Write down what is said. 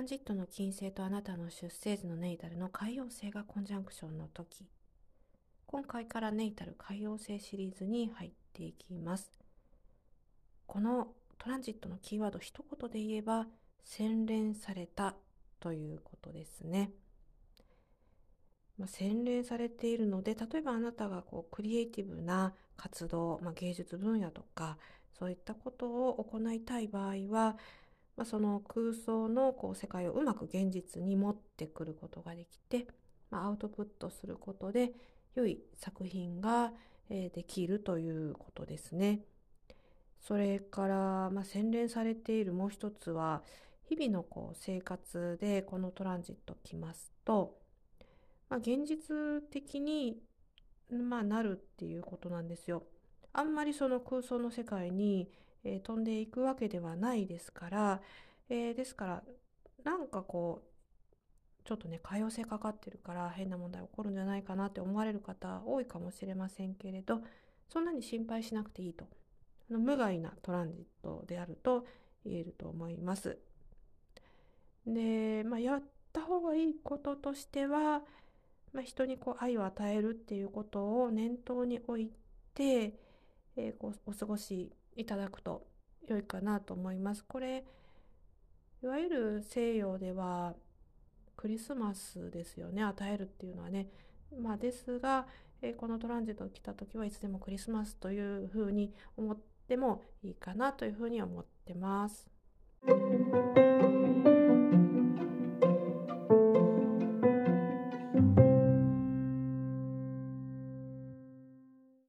ジットの金星とあなたの出生時のネイタルの海王星がコンジャンクションの時、今回からネイタル海王星シリーズに入っていきます。このトランジットのキーワード一言で言えば洗練されたということですね。洗練されているので、例えばあなたがクリエイティブな活動、芸術分野とかそういったことを行いたい場合は、その空想の世界をうまく現実に持ってくることができて、アウトプットすることで良い作品ができるということですね。それから、洗練されているもう一つは、日々の生活でこのトランジット来ますと、現実的に、なるっていうことなんですよ。あんまりその空想の世界に、飛んでいくわけではないですから、ですからなんかちょっとね、可用性かかってるから変な問題起こるんじゃないかなって思われる方多いかもしれませんけれど、そんなに心配しなくていいと、無害なトランジットであると言えると思います。で、やった方がいいこととしては、人に愛を与えるっていうことを念頭に置いて、お過ごしいただくと良いかなと思います。これいわゆる西洋ではクリスマスですよね、与えるっていうのはね。ですが、このトランジットが来た時はいつでもクリスマスというふうに思ってもいいかなというふうに思ってます。